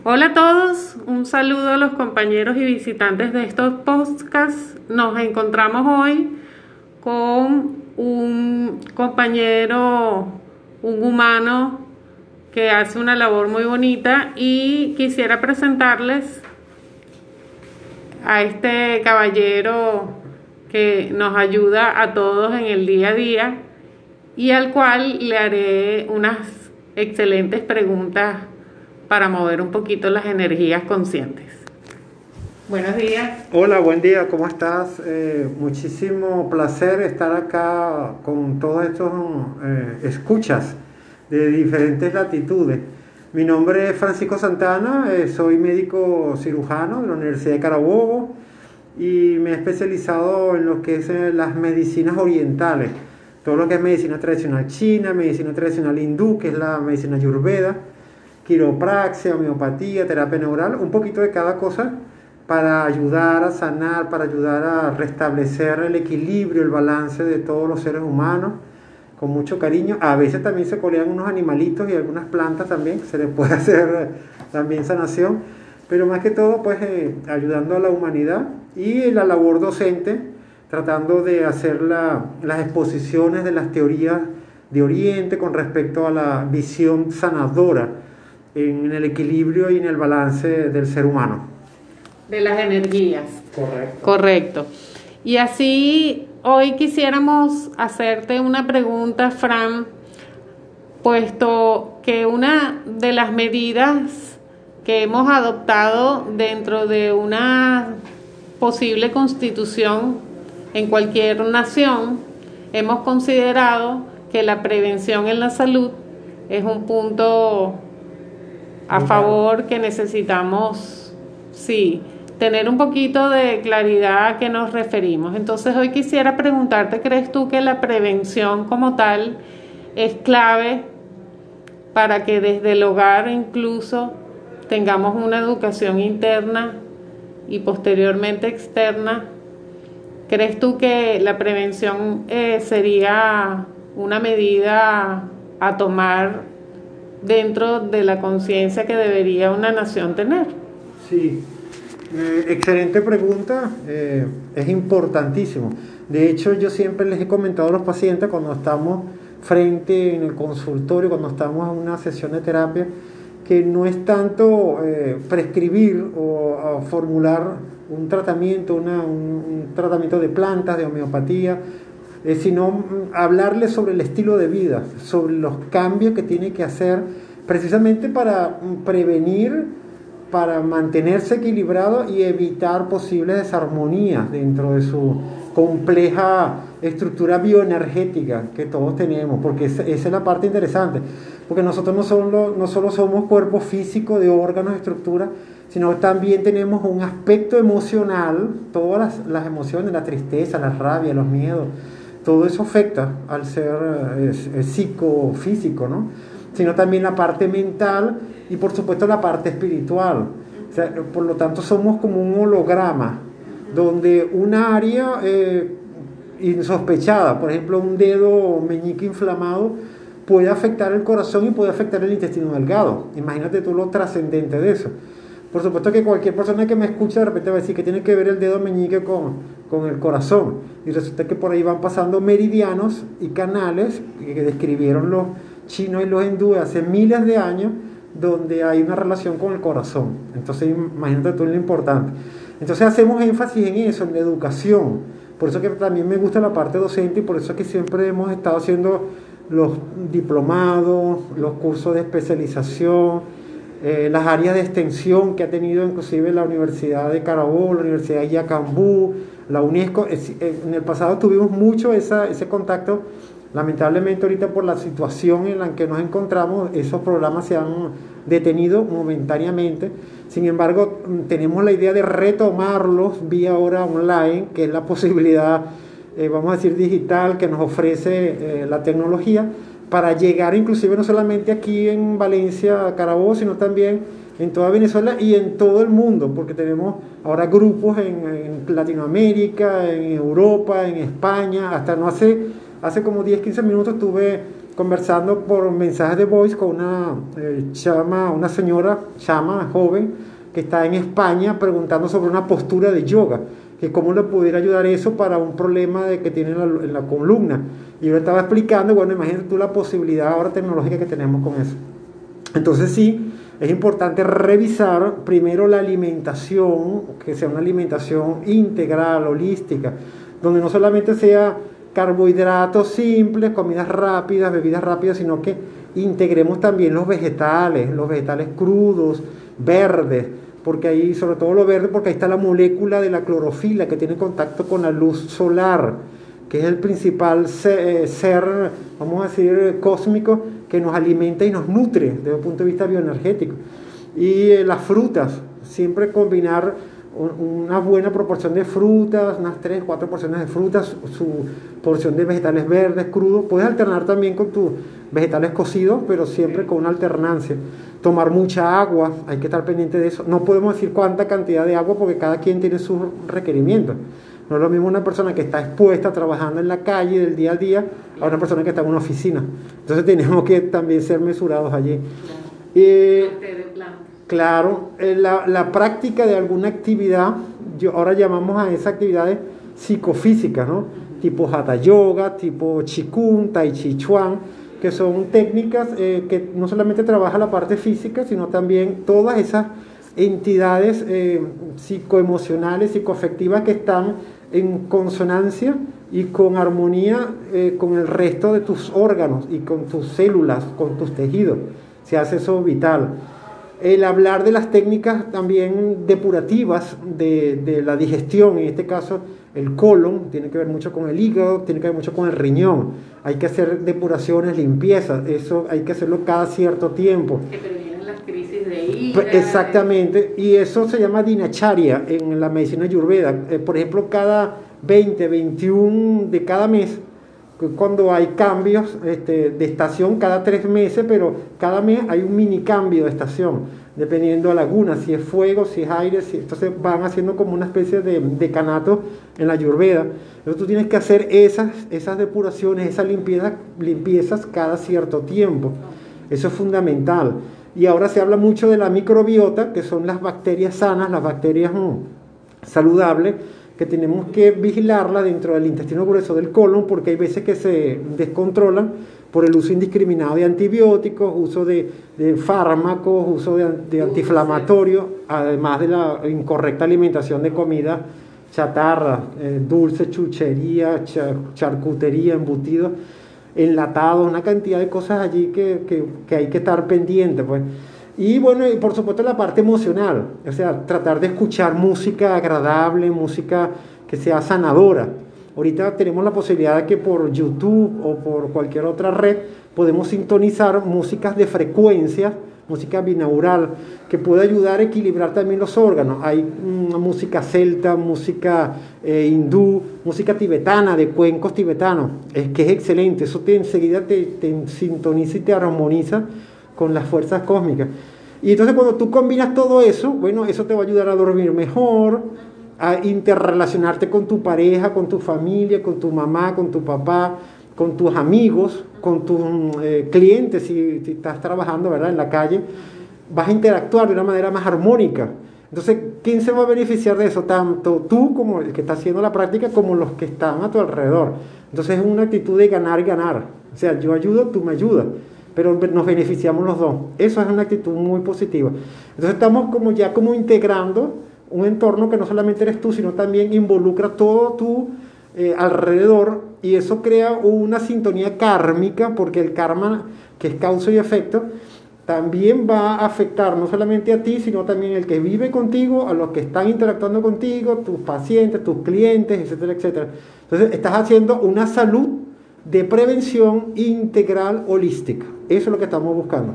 Hola a todos, un saludo a los compañeros y visitantes de estos podcasts. Nos encontramos hoy con un compañero, un humano que hace una labor muy bonita y quisiera presentarles a este caballero que nos ayuda a todos en el día a día y al cual le haré unas excelentes preguntas para mover un poquito las energías conscientes. Buenos días. Hola, buen día, ¿cómo estás? Muchísimo placer estar acá con todos estos escuchas de diferentes latitudes. Mi nombre es Francisco Santana, soy médico cirujano de la Universidad de Carabobo y me he especializado en lo que es las medicinas orientales, todo lo que es medicina tradicional china, medicina tradicional hindú, que es la medicina ayurveda, quiropraxia, homeopatía, terapia neural, un poquito de cada cosa para ayudar a sanar, para ayudar a restablecer el equilibrio, el balance de todos los seres humanos, con mucho cariño. A veces también se colean unos animalitos y algunas plantas también, se les puede hacer también sanación, pero más que todo pues ayudando a la humanidad y la labor docente, tratando de hacer las exposiciones de las teorías de Oriente con respecto a la visión sanadora en el equilibrio y en el balance del ser humano. De las energías. Correcto. Y así hoy quisiéramos hacerte una pregunta, Fran, puesto que una de las medidas que hemos adoptado dentro de una posible constitución en cualquier nación, hemos considerado que la prevención en la salud es un punto a favor que necesitamos, sí, tener un poquito de claridad a qué nos referimos. Entonces hoy quisiera preguntarte, ¿crees tú que la prevención como tal es clave para que desde el hogar incluso tengamos una educación interna y posteriormente externa? ¿Crees tú que la prevención sería una medida a tomar dentro de la conciencia que debería una nación tener? Sí, excelente pregunta, es importantísimo. De hecho, yo siempre les he comentado a los pacientes cuando estamos frente en el consultorio, cuando estamos en una sesión de terapia, que no es tanto prescribir o formular un tratamiento, un tratamiento de plantas, de homeopatía, sino hablarles sobre el estilo de vida, sobre los cambios que tiene que hacer precisamente para prevenir, para mantenerse equilibrado y evitar posibles desarmonías dentro de su compleja estructura bioenergética que todos tenemos, porque esa es la parte interesante, porque nosotros no solo somos cuerpo físico de órganos, estructuras, sino también tenemos un aspecto emocional, todas las emociones, la tristeza, la rabia, los miedos, todo eso afecta al ser psicofísico, ¿no? Sino también la parte mental y por supuesto la parte espiritual. O sea, por lo tanto somos como un holograma, donde una área insospechada, por ejemplo un dedo meñique inflamado, puede afectar el corazón y puede afectar el intestino delgado. Imagínate tú lo trascendente de eso. Por supuesto que cualquier persona que me escuche de repente va a decir que tiene que ver el dedo meñique con el corazón. Y resulta que por ahí van pasando meridianos y canales que describieron los chinos y los hindúes hace miles de años, donde hay una relación con el corazón. Entonces imagínate tú lo importante. Entonces hacemos énfasis en eso, en la educación. Por eso que también me gusta la parte docente y por eso es que siempre hemos estado haciendo los diplomados, los cursos de especialización, las áreas de extensión que ha tenido inclusive la Universidad de Carabobo, la Universidad de Yacambú, la UNESCO. En el pasado tuvimos mucho ese contacto. Lamentablemente ahorita por la situación en la que nos encontramos, esos programas se han detenido momentáneamente. Sin embargo, tenemos la idea de retomarlos vía ahora online, que es la posibilidad, vamos a decir, digital que nos ofrece la tecnología, para llegar inclusive no solamente aquí en Valencia, Carabobo, sino también en toda Venezuela y en todo el mundo, porque tenemos ahora grupos en Latinoamérica, en Europa, en España, hasta no hace como 10-15 minutos tuve conversando por mensajes de voice con una señora chama joven que está en España preguntando sobre una postura de yoga, que cómo le pudiera ayudar eso para un problema que tiene en la columna. Y yo le estaba explicando, bueno, imagínate tú la posibilidad ahora tecnológica que tenemos con eso. Entonces sí, es importante revisar primero la alimentación, que sea una alimentación integral, holística, donde no solamente sea carbohidratos simples, comidas rápidas, bebidas rápidas, sino que integremos también los vegetales crudos, verdes, porque ahí, sobre todo lo verde, porque ahí está la molécula de la clorofila que tiene contacto con la luz solar, que es el principal ser, vamos a decir, cósmico, que nos alimenta y nos nutre desde el punto de vista bioenergético. Y las frutas, siempre combinar una buena proporción de frutas, unas 3-4 porciones de frutas, su porción de vegetales verdes, crudos. Puedes alternar también con tus vegetales cocidos, pero siempre con una alternancia. Tomar mucha agua, hay que estar pendiente de eso. No podemos decir cuánta cantidad de agua porque cada quien tiene sus requerimientos. No es lo mismo una persona que está expuesta trabajando en la calle del día a día a una persona que está en una oficina. Entonces tenemos que también ser mesurados allí. Claro, la práctica de alguna actividad, ahora llamamos a esas actividades psicofísicas, ¿no? Tipo Hatha Yoga, tipo Qigong, Tai Chi Chuan, que son técnicas que no solamente trabajan la parte física, sino también todas esas entidades psicoemocionales, psicoafectivas que están en consonancia y con armonía con el resto de tus órganos y con tus células, con tus tejidos. Se hace eso vital. El hablar de las técnicas también depurativas de la digestión, en este caso el colon, tiene que ver mucho con el hígado, tiene que ver mucho con el riñón. Hay que hacer depuraciones, limpiezas, eso hay que hacerlo cada cierto tiempo. Que previenen las crisis de ira. Exactamente, y eso se llama dinacharya en la medicina ayurveda. Por ejemplo, cada 20, 21 de cada mes, cuando hay cambios de estación cada 3 meses, pero cada mes hay un mini cambio de estación, dependiendo de la laguna, si es fuego, si es aire, entonces van haciendo como una especie de decanato en la Ayurveda. Entonces tú tienes que hacer esas depuraciones, esas limpiezas cada cierto tiempo. Eso es fundamental. Y ahora se habla mucho de la microbiota, que son las bacterias sanas, las bacterias saludables, que tenemos que vigilarla dentro del intestino grueso del colon, porque hay veces que se descontrolan por el uso indiscriminado de antibióticos, uso de fármacos, uso de antiinflamatorios, además de la incorrecta alimentación de comida chatarra, dulce, chuchería, charcutería, embutidos, enlatados, una cantidad de cosas allí que hay que estar pendiente, pues. Y bueno, y por supuesto la parte emocional, o sea, tratar de escuchar música agradable, música que sea sanadora. Ahorita tenemos la posibilidad de que por YouTube o por cualquier otra red podemos sintonizar músicas de frecuencia, música binaural, que puede ayudar a equilibrar también los órganos. Hay música celta, música hindú, música tibetana, de cuencos tibetanos, que es excelente. Eso enseguida te sintoniza y te armoniza con las fuerzas cósmicas. Y entonces cuando tú combinas todo eso, bueno, eso te va a ayudar a dormir mejor, a interrelacionarte con tu pareja, con tu familia, con tu mamá, con tu papá, con tus amigos, con tus clientes, si estás trabajando, ¿verdad?, en la calle, vas a interactuar de una manera más armónica. Entonces, ¿quién se va a beneficiar de eso? Tanto tú como el que está haciendo la práctica, como los que están a tu alrededor. Entonces es una actitud de ganar y ganar. O sea, yo ayudo, tú me ayudas, pero nos beneficiamos los dos. Eso es una actitud muy positiva. Entonces estamos como integrando un entorno que no solamente eres tú, sino también involucra todo tu alrededor, y eso crea una sintonía kármica, porque el karma, que es causa y efecto, también va a afectar no solamente a ti, sino también el que vive contigo, a los que están interactuando contigo, tus pacientes, tus clientes, etcétera, etcétera. Entonces estás haciendo una salud de prevención integral holística. Eso es lo que estamos buscando.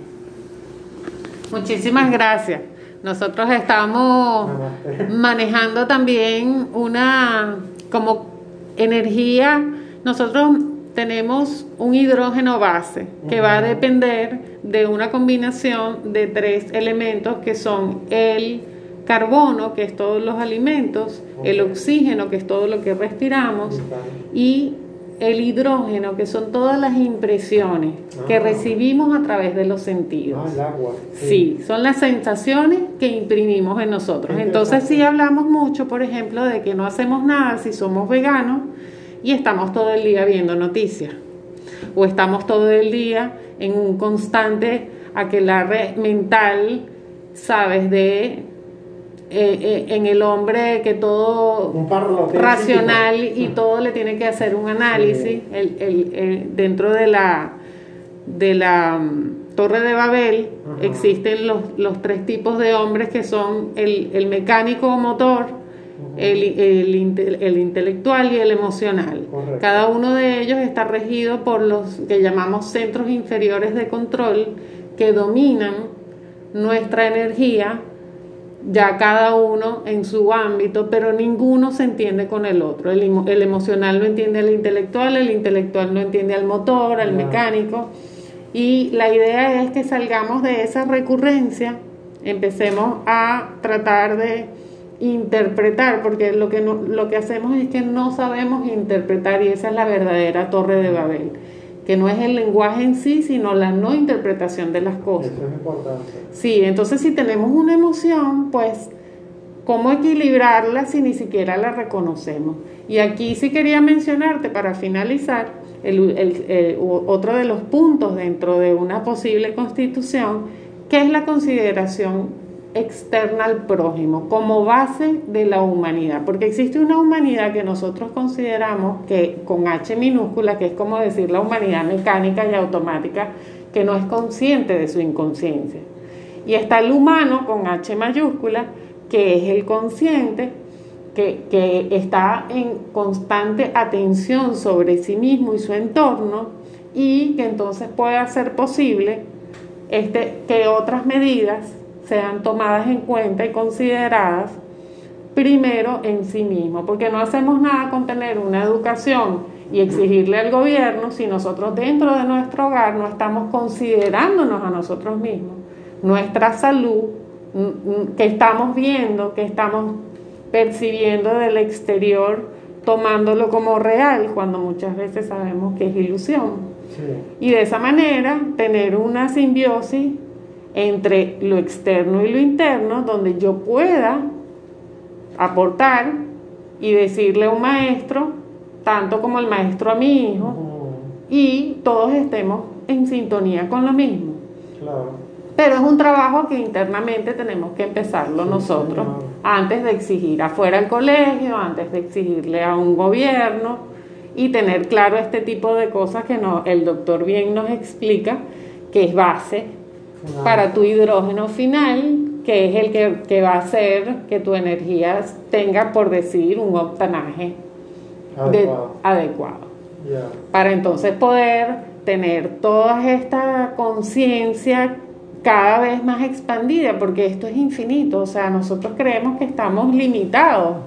Muchísimas gracias. Nosotros estamos manejando también una como energía. Nosotros tenemos un hidrógeno base que va a depender de una combinación de 3 elementos, que son el carbono, que es todos los alimentos, el oxígeno, que es todo lo que respiramos, y el hidrógeno, que son todas las impresiones que recibimos a través de los sentidos. El agua. Sí, son las sensaciones que imprimimos en nosotros. Entonces sí hablamos mucho, por ejemplo, de que no hacemos nada si somos veganos y estamos todo el día viendo noticias. O estamos todo el día en un constante aquelarre mental, ¿sabes? En el hombre que todo racional y todo le tiene que hacer un análisis. Dentro de la Torre de Babel existen los tres tipos de hombres, que son el mecánico motor, el intelectual y el emocional. Correcto. Cada uno de ellos está regido por los que llamamos centros inferiores de control, que dominan nuestra energía, ya cada uno en su ámbito, pero ninguno se entiende con el otro. El emocional no entiende al intelectual, el intelectual no entiende al motor, al mecánico. Y la idea es que salgamos de esa recurrencia, empecemos a tratar de interpretar, porque lo que hacemos es que no sabemos interpretar, y esa es la verdadera Torre de Babel, que no es el lenguaje en sí, sino la no interpretación de las cosas. Eso es importante. Sí, entonces si tenemos una emoción, pues, ¿cómo equilibrarla si ni siquiera la reconocemos? Y aquí sí quería mencionarte, para finalizar, otro de los puntos dentro de una posible constitución, que es la consideración externa al prójimo como base de la humanidad, porque existe una humanidad que nosotros consideramos, que con H minúscula, que es como decir la humanidad mecánica y automática, que no es consciente de su inconsciencia, y está el humano con H mayúscula, que es el consciente, que está en constante atención sobre sí mismo y su entorno, y que entonces puede hacer posible que otras medidas sean tomadas en cuenta y consideradas primero en sí mismo, porque no hacemos nada con tener una educación y exigirle al gobierno si nosotros dentro de nuestro hogar no estamos considerándonos a nosotros mismos, nuestra salud, que estamos viendo, que estamos percibiendo del exterior, tomándolo como real, cuando muchas veces sabemos que es ilusión. Sí. Y de esa manera tener una simbiosis entre lo externo y lo interno, donde yo pueda aportar y decirle a un maestro, tanto como el maestro a mi hijo, y todos estemos en sintonía con lo mismo. Claro. Pero es un trabajo que internamente tenemos que empezarlo nosotros, antes de exigir afuera al colegio, antes de exigirle a un gobierno, y tener claro este tipo de cosas que el doctor bien nos explica, que es base para tu hidrógeno final, que es el que va a hacer que tu energía tenga, por decir, un octanaje adecuado. Yeah. Para entonces poder tener toda esta conciencia cada vez más expandida, porque esto es infinito. O sea, nosotros creemos que estamos limitados.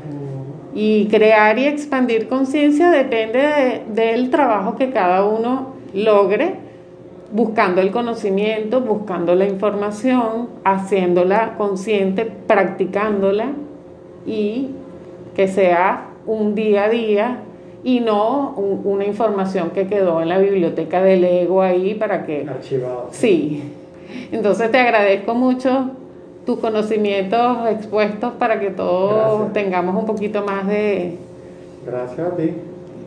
Y crear y expandir conciencia depende del trabajo que cada uno logre, buscando el conocimiento, buscando la información, haciéndola consciente, practicándola, y que sea un día a día y no una información que quedó en la biblioteca del ego ahí para que... Archivado. Sí. Entonces te agradezco mucho tus conocimientos expuestos para que todos tengamos un poquito más de... Gracias a ti.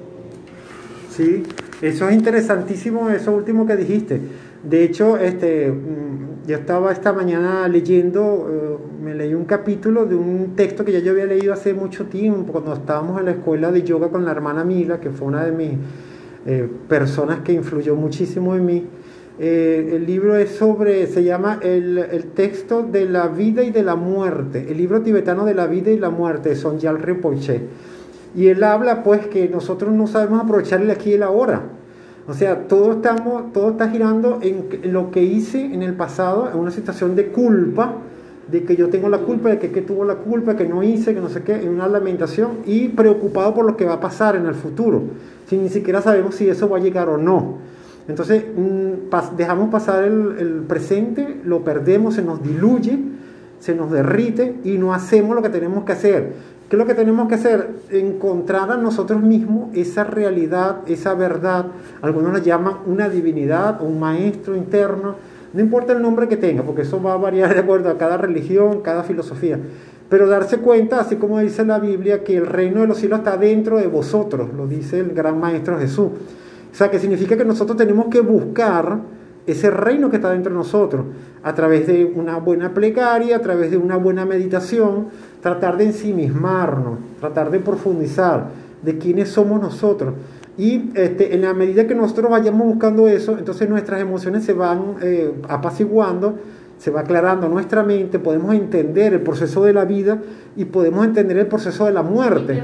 Sí, eso es interesantísimo, eso último que dijiste. De hecho, yo estaba esta mañana leyendo, me leí un capítulo de un texto que ya yo había leído hace mucho tiempo, cuando estábamos en la escuela de yoga con la hermana Mila, que fue una de mis personas que influyó muchísimo en mí. El libro se llama el texto de la vida y de la muerte, el libro tibetano de la vida y la muerte, de Songyal Rinpoche. Y él habla pues que nosotros no sabemos aprovechar el aquí y el ahora. O sea, todo está girando en lo que hice en el pasado, en una situación de culpa, de que yo tengo la culpa, de que tuvo la culpa, que no hice, que no sé qué, en una lamentación, y preocupado por lo que va a pasar en el futuro, si ni siquiera sabemos si eso va a llegar o no. Entonces dejamos pasar el presente, lo perdemos, se nos diluye, se nos derrite y no hacemos lo que tenemos que hacer, ¿Qué es lo que tenemos que hacer? Encontrar a nosotros mismos esa realidad, esa verdad. Algunos la llaman una divinidad o un maestro interno. No importa el nombre que tenga, porque eso va a variar de acuerdo a cada religión, cada filosofía. Pero darse cuenta, así como dice la Biblia, que el reino de los cielos está dentro de vosotros, lo dice el gran maestro Jesús. O sea, que significa que nosotros tenemos que buscar ese reino que está dentro de nosotros, a través de una buena plegaria, a través de una buena meditación, tratar de ensimismarnos, tratar de profundizar de quiénes somos nosotros. Y en la medida que nosotros vayamos buscando eso, entonces nuestras emociones se van apaciguando, se va aclarando nuestra mente, podemos entender el proceso de la vida y podemos entender el proceso de la muerte.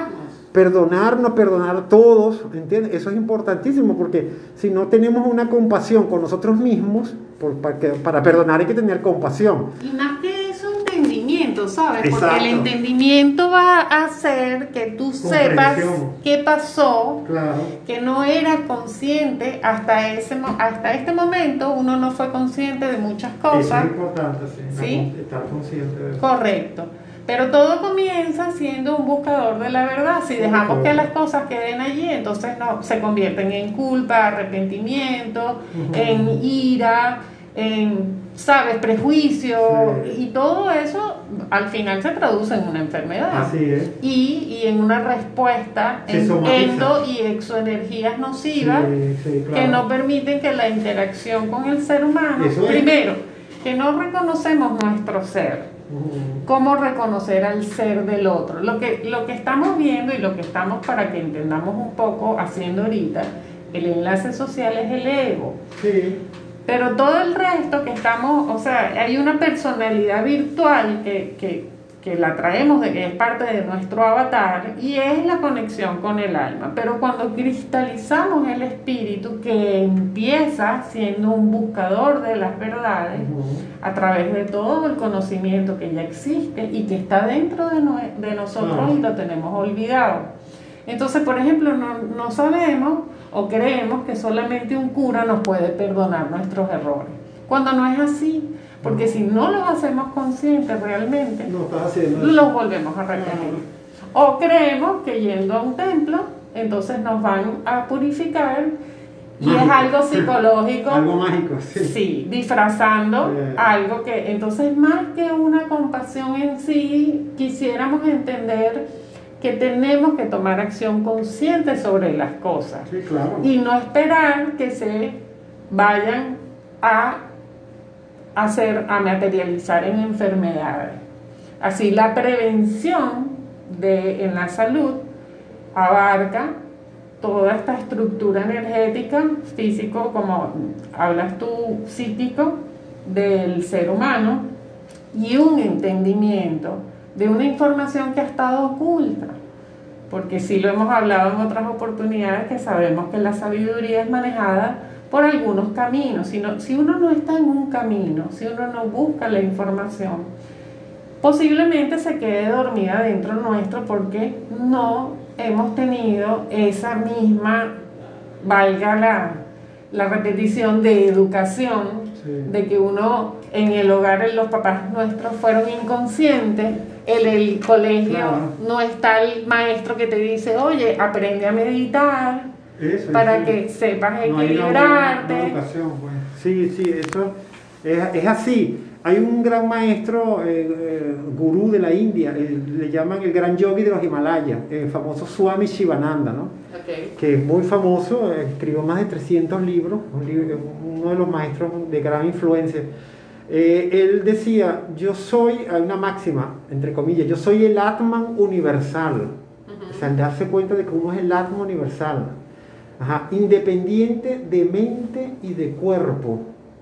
Perdonarnos, perdonar a todos, ¿entiendes? Eso es importantísimo, porque si no tenemos una compasión con nosotros mismos, para perdonar hay que tener compasión. Y más que eso, entendimiento, ¿sabes? Exacto. Porque el entendimiento va a hacer que tú sepas qué pasó, claro, que no eras consciente hasta este momento. Uno no fue consciente de muchas cosas. Eso es importante, ¿Sí? Estar consciente de eso. Correcto. Pero todo comienza siendo un buscador de la verdad. Si dejamos que las cosas queden allí, entonces no, se convierten en culpa, arrepentimiento, en ira, en, ¿sabes?, prejuicio. Sí. Y todo eso al final se traduce en una enfermedad. Así es. Y en una respuesta en endo y exoenergías nocivas, claro, que no permiten que la interacción con el ser humano, primero, que no reconocemos nuestro ser. Cómo reconocer al ser del otro. Lo que estamos viendo y lo que estamos, para que entendamos un poco, haciendo ahorita, el enlace social es el ego. Sí. Pero todo el resto que estamos, o sea, hay una personalidad virtual que la traemos, que es parte de nuestro avatar, y es la conexión con el alma. Pero cuando cristalizamos el espíritu, que empieza siendo un buscador de las verdades, a través de todo el conocimiento que ya existe y que está dentro de nosotros, y lo tenemos olvidado. Entonces, por ejemplo, no sabemos o creemos que solamente un cura nos puede perdonar nuestros errores, cuando no es así. Porque si no los hacemos conscientes realmente, los volvemos a repetir. O creemos que yendo a un templo, entonces nos van a purificar, y mágico, es algo psicológico. Algo mágico, sí. Sí, disfrazando algo que, entonces, más que una compasión en sí, quisiéramos entender que tenemos que tomar acción consciente sobre las cosas. Sí, claro. Y no esperar que se vayan a materializar en enfermedades. Así, la prevención en la salud abarca toda esta estructura energética, físico, como hablas tú, psíquico, del ser humano, y un entendimiento de una información que ha estado oculta. Porque sí lo hemos hablado en otras oportunidades, que sabemos que la sabiduría es manejada por algunos caminos. Si uno no está en un camino, si uno no busca la información, posiblemente se quede dormida dentro nuestro, porque no hemos tenido esa misma, valga la repetición, de educación, de que uno en el hogar, los papás nuestros fueron inconscientes. En el colegio no está el maestro que te dice, oye, aprende a meditar, para que sepas equilibrarte. No hay una educación, pues. Sí, eso es así. Hay un gran maestro, gurú de la India, le llaman el gran yogi de los Himalayas, el famoso Swami Shivananda, ¿no? Okay. Que es muy famoso, escribió más de 300 libros, uno de los maestros de gran influencia. Él decía, yo soy, hay una máxima, entre comillas, yo soy el Atman universal. O sea, el darse cuenta de que uno es el Atman universal. Independiente de mente y de cuerpo,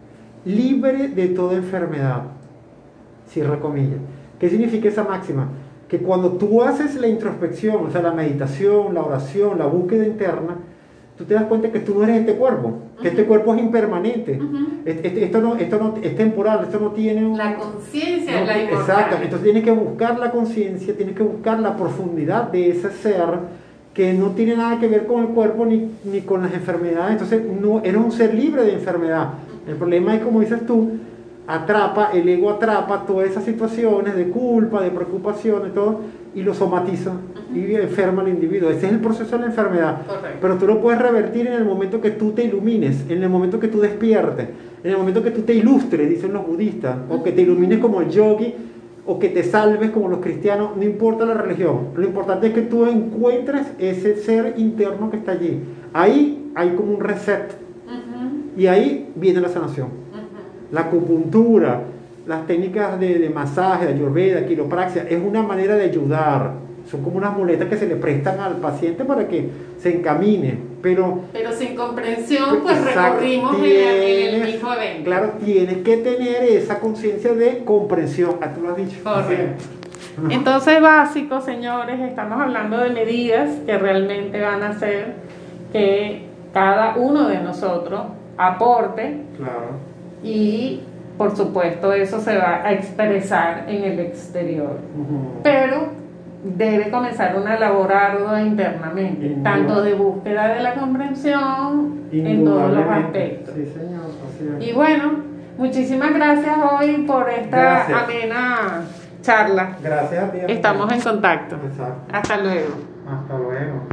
libre de toda enfermedad. Cierra comillas. ¿Qué significa esa máxima? Que cuando tú haces la introspección, o sea, la meditación, la oración, la búsqueda interna, tú te das cuenta que tú no eres este cuerpo, que este cuerpo es impermanente. Esto no es temporal, esto no tiene la conciencia, la inmortal. Exacto, entonces tienes que buscar la conciencia, tienes que buscar la profundidad de ese ser, que no tiene nada que ver con el cuerpo ni con las enfermedades. Entonces no eres un ser libre de enfermedad. El problema es, como dices tú, el ego atrapa todas esas situaciones de culpa, de preocupación, de todo, y lo somatiza y enferma al individuo. Ese es el proceso de la enfermedad. Correcto. Pero tú lo puedes revertir en el momento que tú te ilumines, en el momento que tú despiertes, en el momento que tú te ilustres, dicen los budistas, o que te ilumines como el yogi, o que te salves como los cristianos, no importa la religión. Lo importante es que tú encuentres ese ser interno que está allí. Ahí hay como un reset. Y ahí viene la sanación. La acupuntura, las técnicas de masaje, de ayurveda, quiropraxia, es una manera de ayudar. Son como unas muletas que se le prestan al paciente para que se encamine. Pero sin comprensión, pues exacto, recurrimos en el mismo evento. Claro, tienes que tener esa conciencia de comprensión. Tú lo has dicho. Correcto. Entonces, básico, señores, estamos hablando de medidas que realmente van a hacer que cada uno de nosotros aporte. Claro. Y por supuesto eso se va a expresar en el exterior, pero debe comenzar una labor ardua internamente, tanto de búsqueda de la comprensión en todos los aspectos. Sí, señor, así es. Y bueno, muchísimas gracias hoy por esta amena charla. Gracias a ti. Estamos en contacto. Exacto. Hasta luego. Hasta luego.